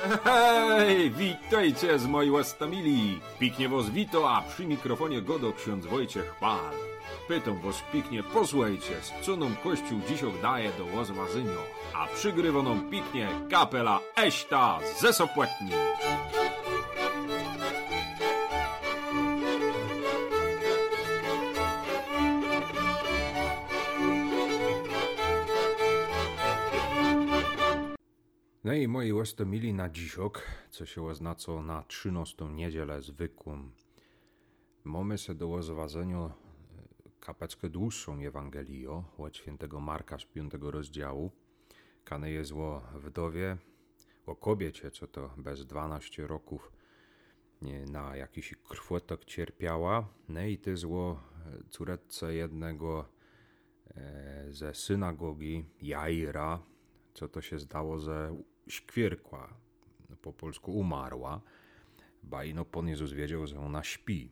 Hej, witajcie z mojej łastamili. Piknie was wito, a przy mikrofonie godo ksiądz Wojciech Pal. Pytam was piknie, posłuchajcie, z co nam Kościół dzisiaj daje do łazwazynio, a przygrywa nam piknie kapela Eśta ze Sopłetni. No i moi łastamili na dzisiok, co się oznacza na 13. niedzielę zwykłą. Mamy se do łazwazenia kapeckę dłuższą Ewangelię od świętego Marka z 5 rozdziału. Kane jest o wdowie, o kobiecie, co to bez 12 roków na jakiś krwotok cierpiała. No i to jest o córeczce jednego ze synagogi, Jaira, co to się zdało, że śkwierkła, po polsku umarła, ba ino Pan Jezus wiedział, że ona śpi.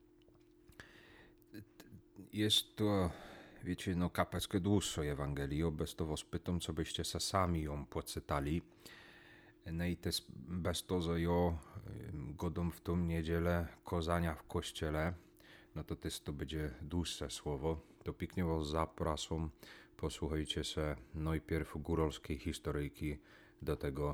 Jest to, wiecie, no kapeckę dłuższą Ewangelię, bez to was pytam, co byście se sami ją poczytali. No i też bez to, że ja godą w tą niedzielę kozania w kościele, no to też to będzie dłuższe słowo. To pięknie was zapraszam, posłuchajcie se najpierw góralskiej historyjki do tego,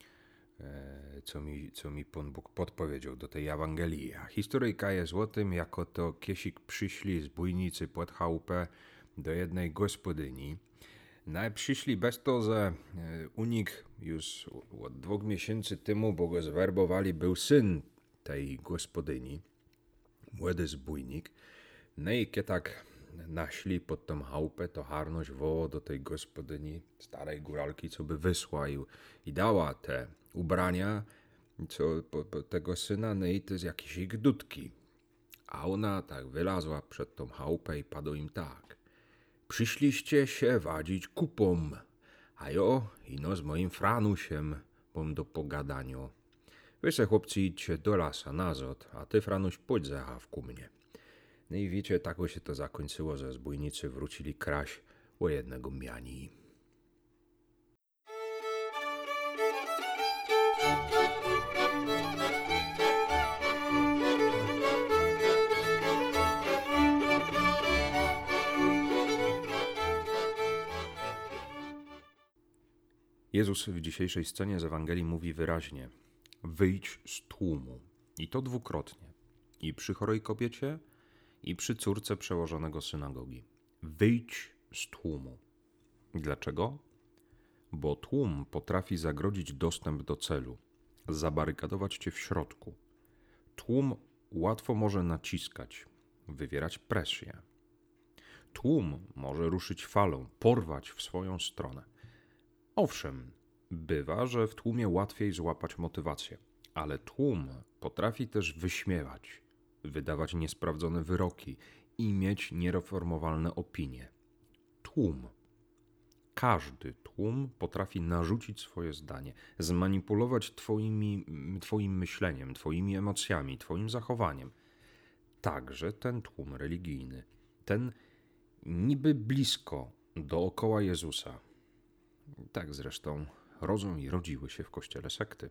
co mi Pan Bóg podpowiedział, do tej Ewangelii. A historyjka jest o tym, jako to kiesik przyszli zbójnicy pod chałupę do jednej gospodyni. No i przyszli bez to, że u nich już od 2 miesięcy temu, bo go zwerbowali, był syn tej gospodyni, młody zbójnik. No i kiedy tak naszli pod tą chałupę, to harność woło do tej gospodyni, starej góralki, co by wysła i dała te ubrania, co po tego syna, no i to z jakiejś ich dudki. A ona tak wylazła przed tą chałupę i padło im tak: przyszliście się wadzić kupom, a jo ino z moim Franusiem bom do pogadania. Wy se chłopcy idźcie do lasa nazad, a ty, Franuś, pójdź zahaw ku mnie. No i wiecie, tak się to zakończyło, że zbójnicy wrócili kraść o jednego miani. Jezus w dzisiejszej scenie z Ewangelii mówi wyraźnie: wyjdź z tłumu. I to dwukrotnie. I przy chorej kobiecie, i przy córce przełożonego synagogi. Wyjdź z tłumu. Dlaczego? Bo tłum potrafi zagrodzić dostęp do celu, zabarykadować cię w środku. Tłum łatwo może naciskać, wywierać presję. Tłum może ruszyć falą, porwać w swoją stronę. Owszem, bywa, że w tłumie łatwiej złapać motywację, ale tłum potrafi też wyśmiewać, wydawać niesprawdzone wyroki i mieć niereformowalne opinie. Tłum. Każdy tłum potrafi narzucić swoje zdanie, zmanipulować twoim myśleniem, twoimi emocjami, twoim zachowaniem. Także ten tłum religijny, ten niby blisko dookoła Jezusa. Tak zresztą rodzą i rodziły się w kościele sekty.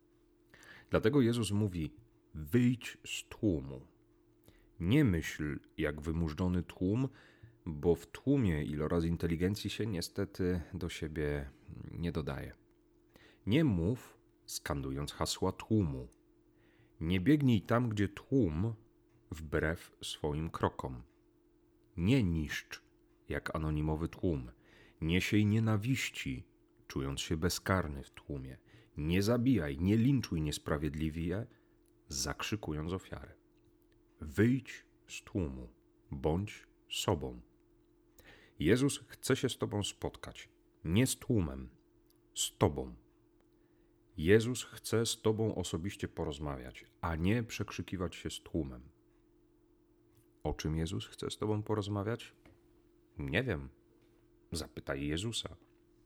Dlatego Jezus mówi: wyjdź z tłumu. Nie myśl jak wymuszczony tłum, bo w tłumie iloraz inteligencji się niestety do siebie nie dodaje. Nie mów, skandując hasła tłumu. Nie biegnij tam, gdzie tłum, wbrew swoim krokom. Nie niszcz jak anonimowy tłum. Nie siej nienawiści, czując się bezkarny w tłumie. Nie zabijaj, nie linczuj niesprawiedliwie, zakrzykując ofiarę. Wyjdź z tłumu, bądź sobą. Jezus chce się z tobą spotkać, nie z tłumem, z tobą. Jezus chce z tobą osobiście porozmawiać, a nie przekrzykiwać się z tłumem. O czym Jezus chce z tobą porozmawiać? Nie wiem. Zapytaj Jezusa.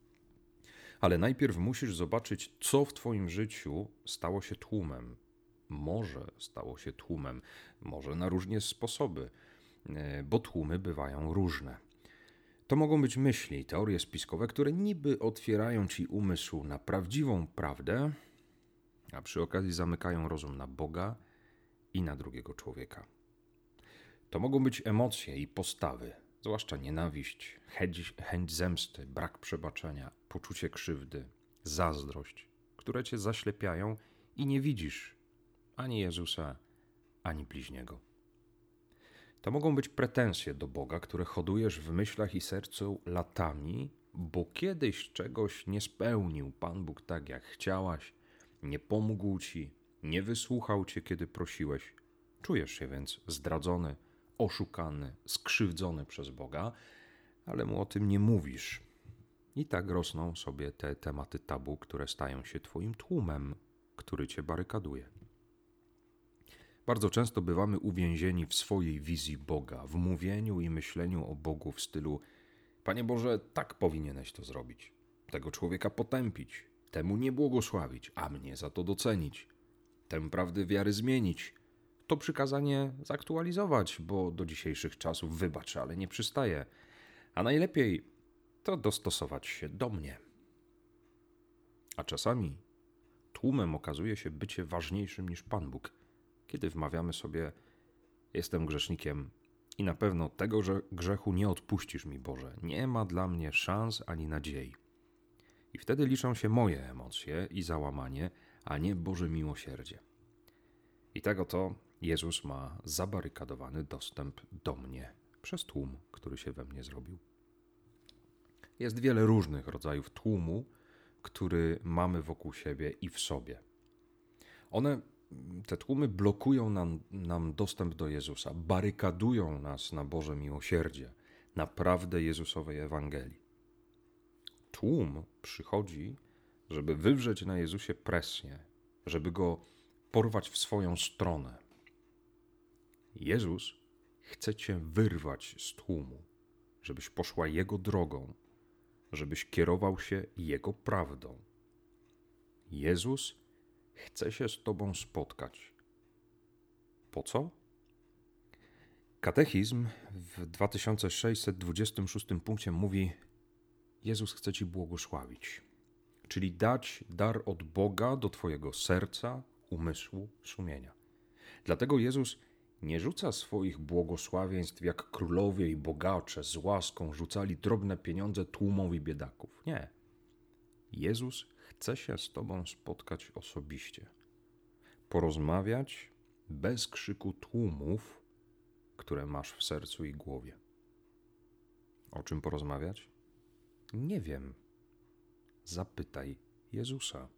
Ale najpierw musisz zobaczyć, co w twoim życiu stało się tłumem. Może stało się tłumem, może na różne sposoby, bo tłumy bywają różne. To mogą być myśli, teorie spiskowe, które niby otwierają ci umysł na prawdziwą prawdę, a przy okazji zamykają rozum na Boga i na drugiego człowieka. To mogą być emocje i postawy, zwłaszcza nienawiść, chęć zemsty, brak przebaczenia, poczucie krzywdy, zazdrość, które cię zaślepiają i nie widzisz ani Jezusa, ani bliźniego. To mogą być pretensje do Boga, które hodujesz w myślach i sercu latami, bo kiedyś czegoś nie spełnił Pan Bóg tak, jak chciałaś, nie pomógł ci, nie wysłuchał cię, kiedy prosiłeś. Czujesz się więc zdradzony, oszukany, skrzywdzony przez Boga, ale mu o tym nie mówisz. I tak rosną sobie te tematy tabu, które stają się twoim tłumem, który cię barykaduje. Bardzo często bywamy uwięzieni w swojej wizji Boga, w mówieniu i myśleniu o Bogu w stylu: Panie Boże, tak powinieneś to zrobić, tego człowieka potępić, temu nie błogosławić, a mnie za to docenić, tę prawdę wiary zmienić, to przykazanie zaktualizować, bo do dzisiejszych czasów, wybacz, ale nie przystaje, a najlepiej to dostosować się do mnie. A czasami tłumem okazuje się bycie ważniejszym niż Pan Bóg, kiedy wmawiamy sobie: jestem grzesznikiem i na pewno tego grzechu nie odpuścisz mi, Boże. Nie ma dla mnie szans ani nadziei. I wtedy liczą się moje emocje i załamanie, a nie Boże miłosierdzie. I tak oto Jezus ma zabarykadowany dostęp do mnie przez tłum, który się we mnie zrobił. Jest wiele różnych rodzajów tłumu, który mamy wokół siebie i w sobie. Te tłumy blokują nam dostęp do Jezusa, barykadują nas na Boże miłosierdzie, na prawdę Jezusowej Ewangelii. Tłum przychodzi, żeby wywrzeć na Jezusie presję, żeby Go porwać w swoją stronę. Jezus chce cię wyrwać z tłumu, żebyś poszła Jego drogą, żebyś kierował się Jego prawdą. Jezus chce się z tobą spotkać. Po co? Katechizm w 2626 punkcie mówi: Jezus chce ci błogosławić, czyli dać dar od Boga do twojego serca, umysłu, sumienia. Dlatego Jezus nie rzuca swoich błogosławieństw jak królowie i bogacze z łaską rzucali drobne pieniądze tłumowi biedaków. Nie. Jezus chce się z tobą spotkać osobiście. Porozmawiać bez krzyku tłumów, które masz w sercu i głowie. O czym porozmawiać? Nie wiem. Zapytaj Jezusa.